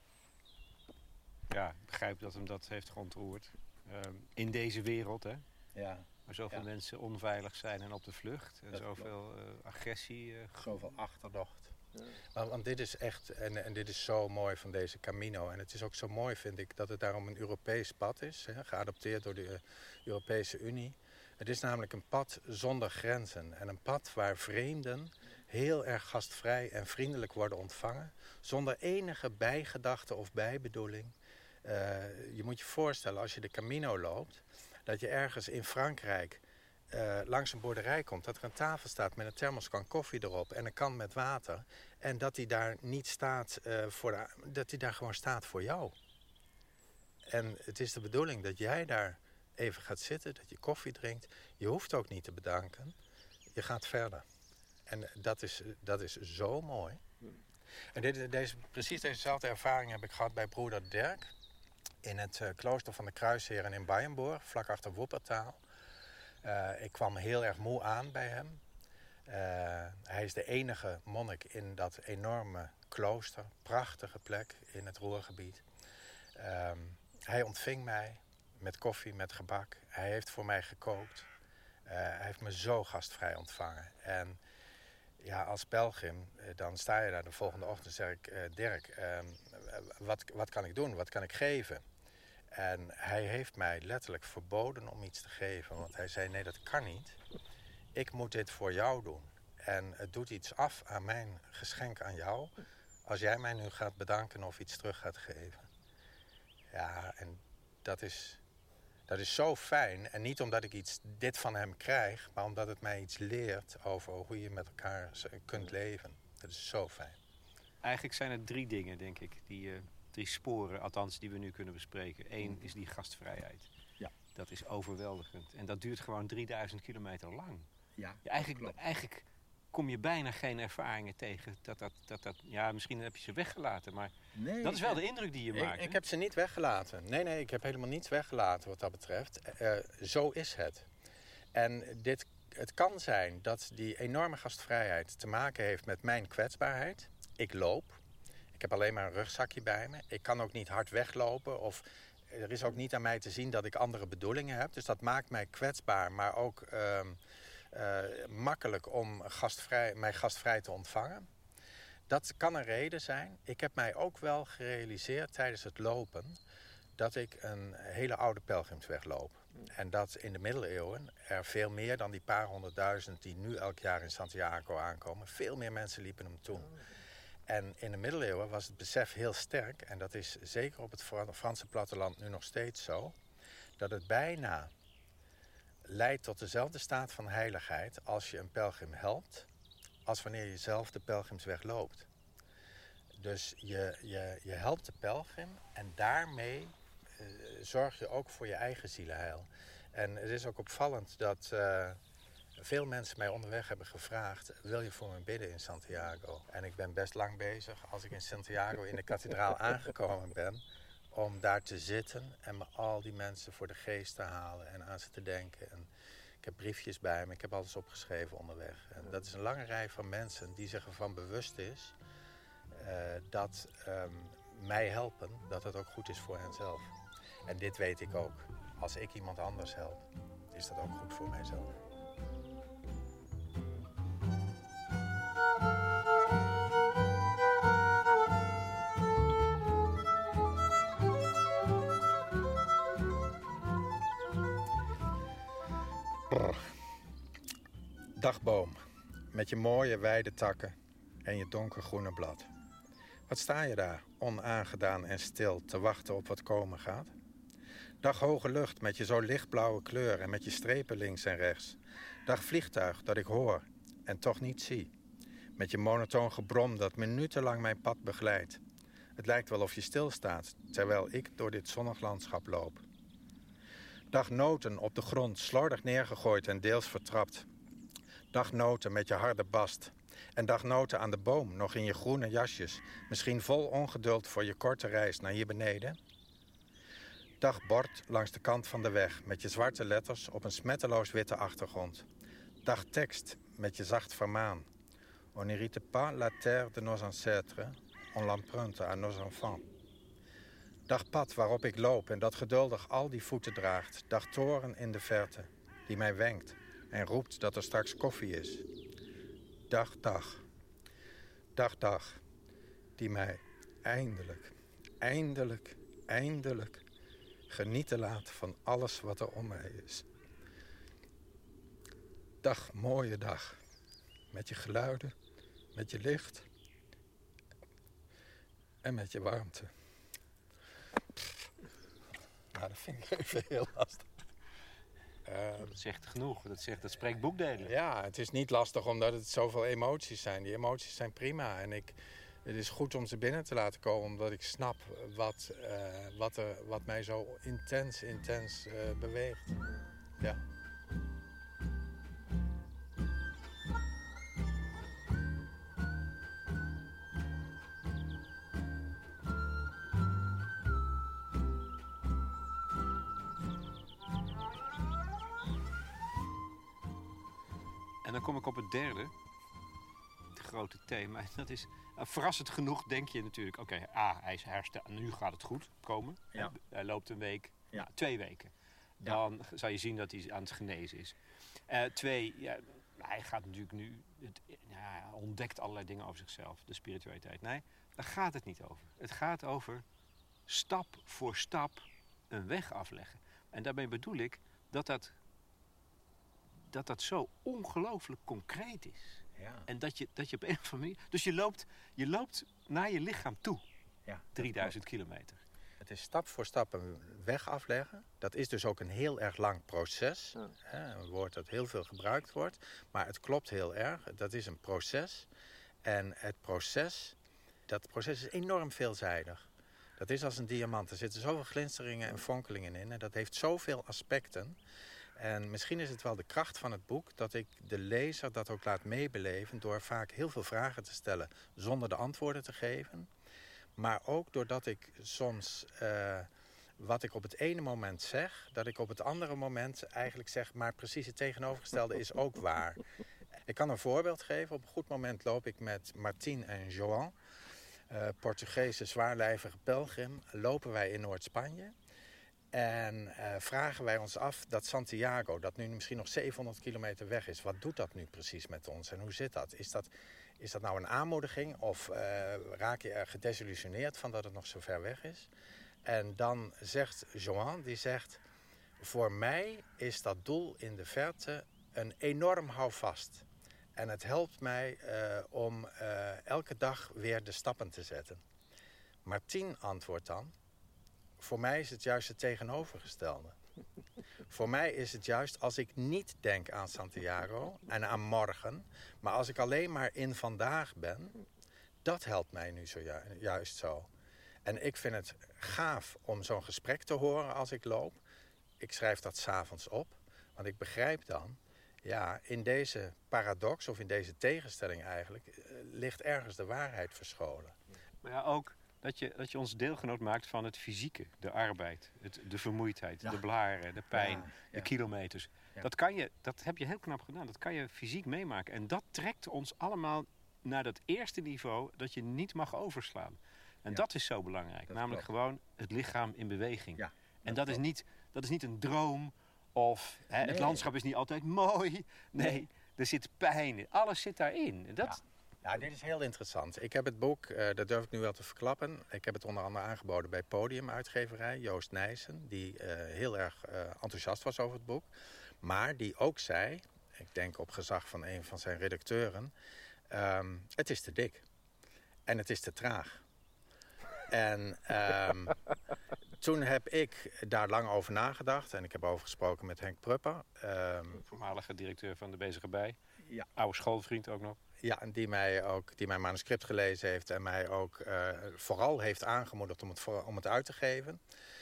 Ja, ik begrijp dat hem dat heeft geontroerd. In deze wereld, hè? Ja. Waar zoveel mensen onveilig zijn en op de vlucht. En Dat zoveel agressie. Zoveel achterdocht. Ja. Want dit is echt, en dit is zo mooi van deze Camino. En het is ook zo mooi, vind ik, dat het daarom een Europees pad is. Hè, geadopteerd door de Europese Unie. Het is namelijk een pad zonder grenzen. En een pad waar vreemden heel erg gastvrij en vriendelijk worden ontvangen. Zonder enige bijgedachte of bijbedoeling. Je moet je voorstellen, als je de Camino loopt, dat je ergens in Frankrijk langs een boerderij komt, dat er een tafel staat met een thermoskan koffie erop en een kan met water. En dat die daar niet staat dat die daar gewoon staat voor jou. En het is de bedoeling dat jij daar even gaat zitten, dat je koffie drinkt. Je hoeft ook niet te bedanken. Je gaat verder. En dat is zo mooi. En precies dezezelfde ervaring heb ik gehad bij broeder Dirk. In het klooster van de Kruisheren in Beyenburg, vlak achter Wuppertal. Ik kwam heel erg moe aan bij hem. Hij is de enige monnik in dat enorme klooster. Prachtige plek in het Ruhrgebied. Hij ontving mij. met koffie, met gebak. Hij heeft voor mij gekookt. Hij heeft me zo gastvrij ontvangen. En ja, als pelgrim, dan sta je daar de volgende ochtend en zeg ik... Dirk, wat kan ik doen? Wat kan ik geven? En hij heeft mij letterlijk verboden om iets te geven. Want hij zei, nee, dat kan niet. Ik moet dit voor jou doen. En het doet iets af aan mijn geschenk aan jou... als jij mij nu gaat bedanken of iets terug gaat geven. Ja, en dat is zo fijn. En niet omdat ik dit van hem krijg... maar omdat het mij iets leert over hoe je met elkaar kunt leven. Dat is zo fijn. Eigenlijk zijn er 3 dingen, denk ik. 3 sporen, althans, die we nu kunnen bespreken. 1 is die gastvrijheid. Ja. Dat is overweldigend. En dat duurt gewoon 3000 kilometer lang. Ja, Eigenlijk kom je bijna geen ervaringen tegen. Ja, misschien heb je ze weggelaten, maar nee, dat is wel de indruk die je maakt. Ik heb ze niet weggelaten. Nee, ik heb helemaal niets weggelaten wat dat betreft. Zo is het. En het kan zijn dat die enorme gastvrijheid te maken heeft met mijn kwetsbaarheid. Ik loop. Ik heb alleen maar een rugzakje bij me. Ik kan ook niet hard weglopen. Of er is ook niet aan mij te zien dat ik andere bedoelingen heb. Dus dat maakt mij kwetsbaar, maar ook makkelijk om mij gastvrij te ontvangen. Dat kan een reden zijn. Ik heb mij ook wel gerealiseerd tijdens het lopen... dat ik een hele oude pelgrimsweg loop. En dat in de middeleeuwen er veel meer dan die paar 100.000... die nu elk jaar in Santiago aankomen... veel meer mensen liepen hem toen. En in de middeleeuwen was het besef heel sterk... en dat is zeker op het Franse platteland nu nog steeds zo... dat het bijna leidt tot dezelfde staat van heiligheid... als je een pelgrim helpt... als wanneer je zelf de pelgrimsweg loopt. Dus je helpt de pelgrim en daarmee zorg je ook voor je eigen zielenheil. En het is ook opvallend dat veel mensen mij onderweg hebben gevraagd... wil je voor me bidden in Santiago? En ik ben best lang bezig als ik in Santiago in de kathedraal aangekomen ben... om daar te zitten en me al die mensen voor de geest te halen en aan ze te denken... En ik heb briefjes bij me, ik heb alles opgeschreven onderweg. En dat is een lange rij van mensen die zich ervan bewust is... dat mij helpen, dat het ook goed is voor henzelf. En dit weet ik ook. Als ik iemand anders help, is dat ook goed voor mijzelf. Dagboom, met je mooie wijde takken en je donkergroene blad. Wat sta je daar, onaangedaan en stil, te wachten op wat komen gaat? Dag hoge lucht met je zo lichtblauwe kleur en met je strepen links en rechts. Dag vliegtuig dat ik hoor en toch niet zie. Met je monotoon gebrom dat minutenlang mijn pad begeleidt. Het lijkt wel of je stilstaat, terwijl ik door dit zonnig landschap loop. Dag noten op de grond, slordig neergegooid en deels vertrapt. Dag noten met je harde bast. En dag noten aan de boom, nog in je groene jasjes. Misschien vol ongeduld voor je korte reis naar hier beneden. Dag bord langs de kant van de weg, met je zwarte letters op een smetteloos witte achtergrond. Dag tekst met je zacht vermaan. On n'hérite pas la terre de nos ancêtres, on l'emprunte à nos enfants. Dag pad waarop ik loop en dat geduldig al die voeten draagt. Dag toren in de verte, die mij wenkt en roept dat er straks koffie is. Dag, dag. Dag, dag, die mij eindelijk genieten laat van alles wat er om mij is. Dag, mooie dag. Met je geluiden, met je licht en met je warmte. Nou, dat vind ik even heel lastig. Dat zegt genoeg, dat spreekt boekdelen. Ja, het is niet lastig omdat het zoveel emoties zijn. Die emoties zijn prima en het is goed om ze binnen te laten komen... omdat ik snap wat mij zo intens beweegt. Ja. En dan kom ik op het derde, het grote thema. En dat is, verrassend genoeg denk je natuurlijk... Oké, hij is hersteld, nu gaat het goed komen. Ja. Hij loopt een week, Ja. Nou, 2 weken. Dan zal je zien dat hij aan het genezen is. 2, hij gaat natuurlijk nu... hij ontdekt allerlei dingen over zichzelf. De spiritualiteit. Nee, daar gaat het niet over. Het gaat over stap voor stap een weg afleggen. En daarmee bedoel ik dat zo ongelooflijk concreet is. Ja. En dat je op een of andere manier... Dus je loopt naar je lichaam toe. Ja, 3000 kilometer. Het is stap voor stap een weg afleggen. Dat is dus ook een heel erg lang proces. Ja. Een woord dat heel veel gebruikt wordt. Maar het klopt heel erg. Dat is een proces. En dat proces is enorm veelzijdig. Dat is als een diamant. Er zitten zoveel glinsteringen en fonkelingen in. En dat heeft zoveel aspecten. En misschien is het wel de kracht van het boek dat ik de lezer dat ook laat meebeleven door vaak heel veel vragen te stellen zonder de antwoorden te geven. Maar ook doordat ik soms wat ik op het ene moment zeg, dat ik op het andere moment eigenlijk zeg, maar precies het tegenovergestelde is ook waar. Ik kan een voorbeeld geven. Op een goed moment loop ik met Martin en Joan, Portugese zwaarlijvige pelgrim, lopen wij in Noord-Spanje. En vragen wij ons af dat Santiago, dat nu misschien nog 700 kilometer weg is, wat doet dat nu precies met ons en hoe zit dat? Is dat nou een aanmoediging of raak je er gedesillusioneerd van dat het nog zo ver weg is? En dan zegt Joan, die zegt, voor mij is dat doel in de verte een enorm houvast. En het helpt mij om elke dag weer de stappen te zetten. Martin antwoordt dan, voor mij is het juist het tegenovergestelde. Voor mij is het juist als ik niet denk aan Santiago en aan morgen, maar als ik alleen maar in vandaag ben, dat helpt mij nu juist zo. En ik vind het gaaf om zo'n gesprek te horen als ik loop. Ik schrijf dat 's avonds op, want ik begrijp dan, ja, in deze paradox of in deze tegenstelling eigenlijk ligt ergens de waarheid verscholen. Maar ja, ook dat je ons deelgenoot maakt van het fysieke, de arbeid, de vermoeidheid, de blaren, de pijn, de kilometers. Ja. Dat heb je heel knap gedaan. Dat kan je fysiek meemaken. En dat trekt ons allemaal naar dat eerste niveau dat je niet mag overslaan. En dat is zo belangrijk. Namelijk gewoon het lichaam in beweging. Ja, en dat is niet een droom of het landschap is niet altijd mooi. Nee, er zit pijn in. Alles zit daarin. Ja, dit is heel interessant. Ik heb het boek, dat durf ik nu wel te verklappen. Ik heb het onder andere aangeboden bij Podium uitgeverij, Joost Nijssen, die heel erg enthousiast was over het boek. Maar die ook zei, ik denk op gezag van een van zijn redacteuren, het is te dik. En het is te traag. En toen heb ik daar lang over nagedacht. En ik heb over gesproken met Henk Prupper. Voormalige directeur van de Bezige Bij. Ja. Oude schoolvriend ook nog. Ja, en die mijn manuscript gelezen heeft en mij ook vooral heeft aangemoedigd om het uit te geven.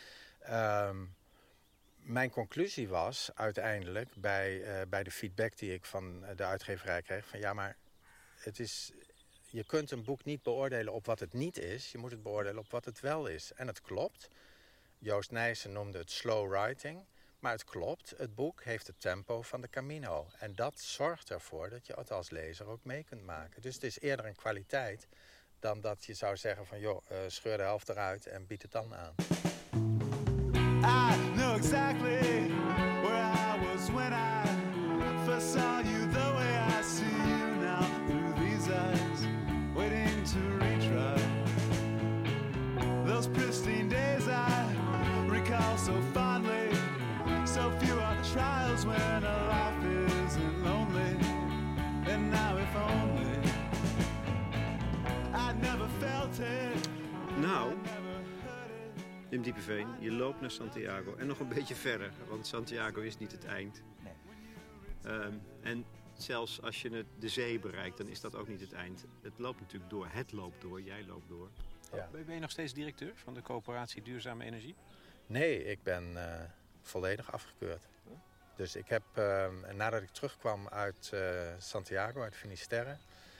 Mijn conclusie was uiteindelijk bij de feedback die ik van de uitgeverij kreeg, van ja, maar je kunt een boek niet beoordelen op wat het niet is. Je moet het beoordelen op wat het wel is. En het klopt. Joost Nijssen noemde het slow writing. Maar het klopt, het boek heeft het tempo van de Camino. En dat zorgt ervoor dat je het als lezer ook mee kunt maken. Dus het is eerder een kwaliteit dan dat je zou zeggen van joh, scheur de helft eruit en bied het dan aan. I know exactly where I was when I first saw you, the way I see you now through these eyes, waiting to retry those pristine days I recall so fondly. So few are the trials when a life isn't lonely. And now if only I never felt it. Nou, Wim Diepeveen, je loopt naar Santiago en nog een beetje verder. Want Santiago is niet het eind. Nee. En zelfs als je de zee bereikt, dan is dat ook niet het eind. Het loopt natuurlijk door. Het loopt door. Jij loopt door. Ja. Ben je nog steeds directeur van de coöperatie Duurzame Energie? Nee, ik ben volledig afgekeurd. Dus ik heb, nadat ik terugkwam uit Santiago, uit Finisterre,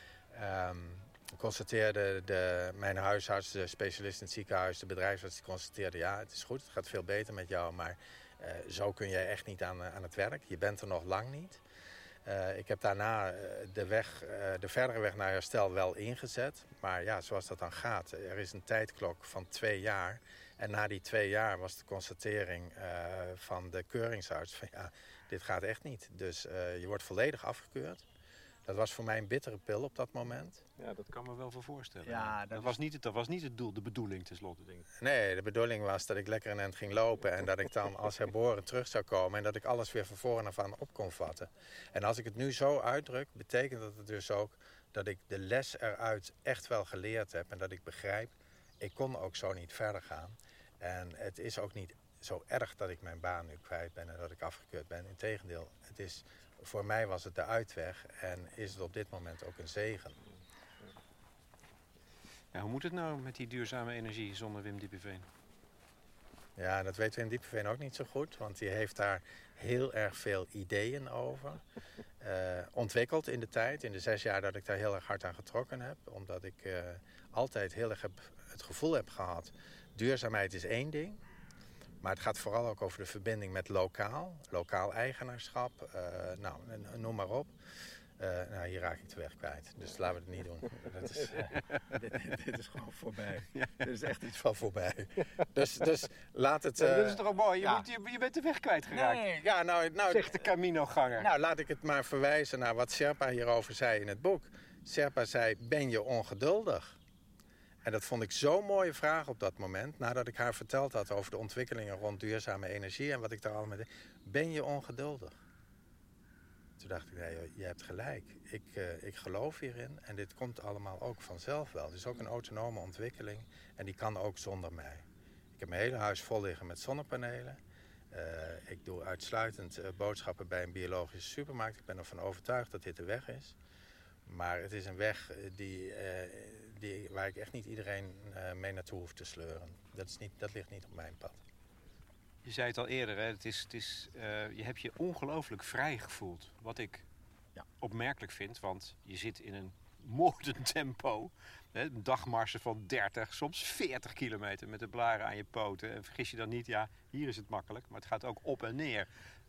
constateerde mijn huisarts, de specialist in het ziekenhuis, de bedrijfsarts, die constateerde, ja, het is goed, het gaat veel beter met jou, maar zo kun jij echt niet aan het werk. Je bent er nog lang niet. Ik heb daarna de verdere weg naar herstel wel ingezet. Maar ja, zoals dat dan gaat. Er is een tijdklok van 2 jaar. En na die 2 jaar was de constatering van de keuringsarts van ja, dit gaat echt niet. Dus je wordt volledig afgekeurd. Dat was voor mij een bittere pil op dat moment. Ja, dat kan me wel voor voorstellen. Ja, dat was niet het doel, de bedoeling tenslotte, denk ik. Nee, de bedoeling was dat ik lekker een eind ging lopen en dat ik dan als herboren terug zou komen en dat ik alles weer van voren af aan op kon vatten. En als ik het nu zo uitdruk, betekent dat het dus ook dat ik de les eruit echt wel geleerd heb en dat ik begrijp, ik kon ook zo niet verder gaan. En het is ook niet zo erg dat ik mijn baan nu kwijt ben en dat ik afgekeurd ben. Integendeel, voor mij was het de uitweg en is het op dit moment ook een zegen. Ja, hoe moet het nou met die duurzame energie zonder Wim Diepeveen? Ja, dat weet Wim Diepeveen ook niet zo goed, want die heeft daar heel erg veel ideeën over. Ontwikkeld in de tijd, in de 6 jaar dat ik daar heel erg hard aan getrokken heb. Omdat ik altijd heel erg het gevoel heb gehad, duurzaamheid is 1 ding. Maar het gaat vooral ook over de verbinding met lokaal eigenaarschap, noem maar op. Hier raak ik de weg kwijt, dus laten we het niet doen. Dat is, dit is gewoon voorbij. Ja. Dit is echt iets van voorbij. Dus laat het... dat is toch ook mooi? Je bent de weg kwijtgeraakt. Nee, ja, nou, zegt de Camino-ganger. Nou, laat ik het maar verwijzen naar wat Sherpa hierover zei in het boek. Sherpa zei, ben je ongeduldig? En dat vond ik zo'n mooie vraag op dat moment. Nadat ik haar verteld had over de ontwikkelingen rond duurzame energie en wat ik daar allemaal deed. Ben je ongeduldig? Toen dacht ik, nee, je hebt gelijk. Ik geloof hierin en dit komt allemaal ook vanzelf wel. Het is ook een autonome ontwikkeling en die kan ook zonder mij. Ik heb mijn hele huis vol liggen met zonnepanelen. Ik doe uitsluitend boodschappen bij een biologische supermarkt. Ik ben ervan overtuigd dat dit de weg is. Maar het is een weg waar ik echt niet iedereen mee naartoe hoef te sleuren. Dat ligt niet op mijn pad. Je zei het al eerder, hè? Je hebt je ongelooflijk vrij gevoeld. Wat ik opmerkelijk vind, want je zit in een moordend tempo. Hè? Een dagmarsen van 30, soms 40 kilometer met de blaren aan je poten. En vergis je dan niet, ja, hier is het makkelijk, maar het gaat ook op en neer.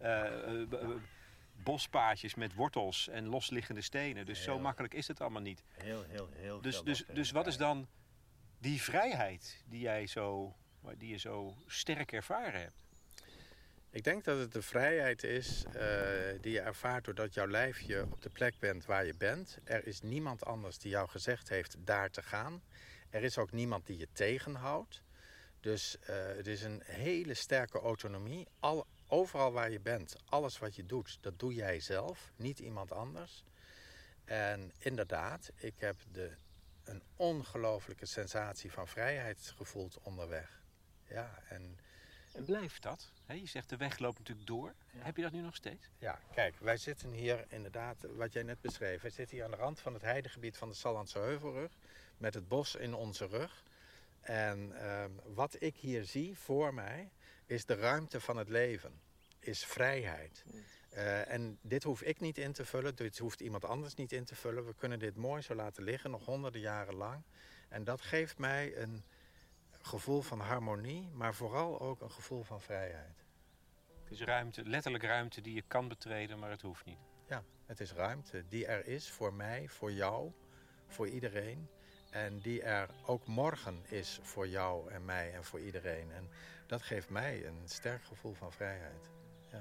Bospaadjes met wortels en losliggende stenen. Dus zo makkelijk is het allemaal niet. Heel Dus wat is dan die vrijheid die je zo sterk ervaren hebt? Ik denk dat het de vrijheid is die je ervaart doordat jouw lijf je op de plek bent waar je bent. Er is niemand anders die jou gezegd heeft daar te gaan. Er is ook niemand die je tegenhoudt. Dus het is een hele sterke autonomie. Overal waar je bent, alles wat je doet, dat doe jij zelf, niet iemand anders. En inderdaad, ik heb een ongelofelijke sensatie van vrijheid gevoeld onderweg. Ja, en blijft dat? Je zegt de weg loopt natuurlijk door. Ja. Heb je dat nu nog steeds? Ja, kijk, wij zitten hier inderdaad, wat jij net beschreef. Wij zitten hier aan de rand van het heidegebied van de Sallandse Heuvelrug. Met het bos in onze rug. En wat ik hier zie voor mij is de ruimte van het leven. Is vrijheid. En dit hoef ik niet in te vullen. Dit hoeft iemand anders niet in te vullen. We kunnen dit mooi zo laten liggen, nog honderden jaren lang. En dat geeft mij een gevoel van harmonie, maar vooral ook een gevoel van vrijheid. Het is ruimte, letterlijk ruimte die je kan betreden, maar het hoeft niet. Ja, het is ruimte die er is voor mij, voor jou, voor iedereen. En die er ook morgen is voor jou en mij en voor iedereen. En dat geeft mij een sterk gevoel van vrijheid. Ja.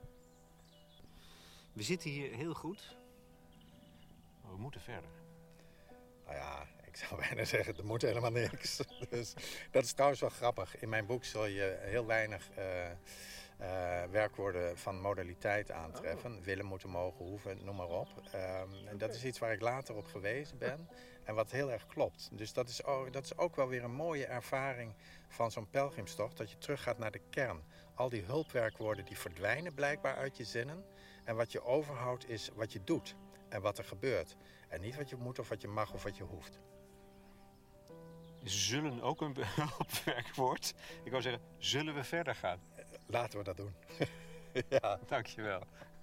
We zitten hier heel goed, maar we moeten verder. Nou ja, ik zou bijna zeggen, er moet helemaal niks. Dus, dat is trouwens wel grappig. In mijn boek zul je heel weinig werkwoorden van modaliteit aantreffen. Willen, moeten, mogen, hoeven, noem maar op. En dat is iets waar ik later op gewezen ben. En wat heel erg klopt. Dus dat is ook wel weer een mooie ervaring van zo'n pelgrimstocht. Dat je teruggaat naar de kern. Al die hulpwerkwoorden die verdwijnen blijkbaar uit je zinnen. En wat je overhoudt is wat je doet. En wat er gebeurt. En niet wat je moet of wat je mag of wat je hoeft. Zullen ook een hulpwerkwoord? Ik wou zeggen, zullen we verder gaan? Laten we dat doen. Ja. Dankjewel.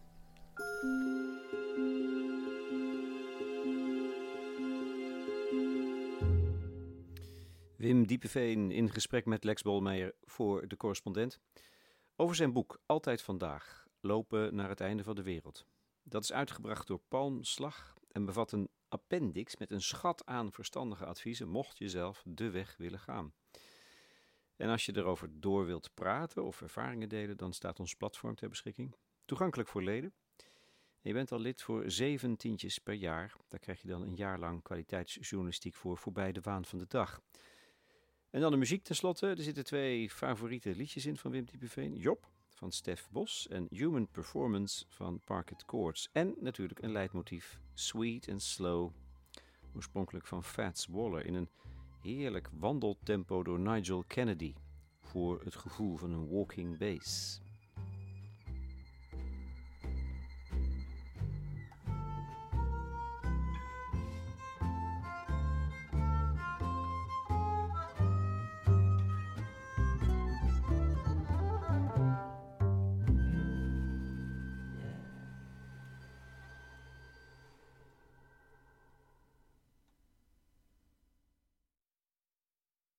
Wim Diepeveen in gesprek met Lex Bolmeijer voor De Correspondent. Over zijn boek Altijd Vandaag, lopen naar het einde van de wereld. Dat is uitgebracht door Palmslag en bevat een appendix met een schat aan verstandige adviezen, mocht je zelf de weg willen gaan. En als je erover door wilt praten of ervaringen delen, dan staat ons platform ter beschikking. Toegankelijk voor leden. En je bent al lid voor 7 tientjes per jaar. Daar krijg je dan een jaar lang kwaliteitsjournalistiek voor voorbij de waan van de dag. En dan de muziek tenslotte. Er zitten 2 favoriete liedjes in van Wim Diepenveen. Job van Stef Bos en Human Performance van Parquet Courts. En natuurlijk een leidmotief, Sweet and Slow, oorspronkelijk van Fats Waller, in een heerlijk wandeltempo door Nigel Kennedy, voor het gevoel van een walking bass.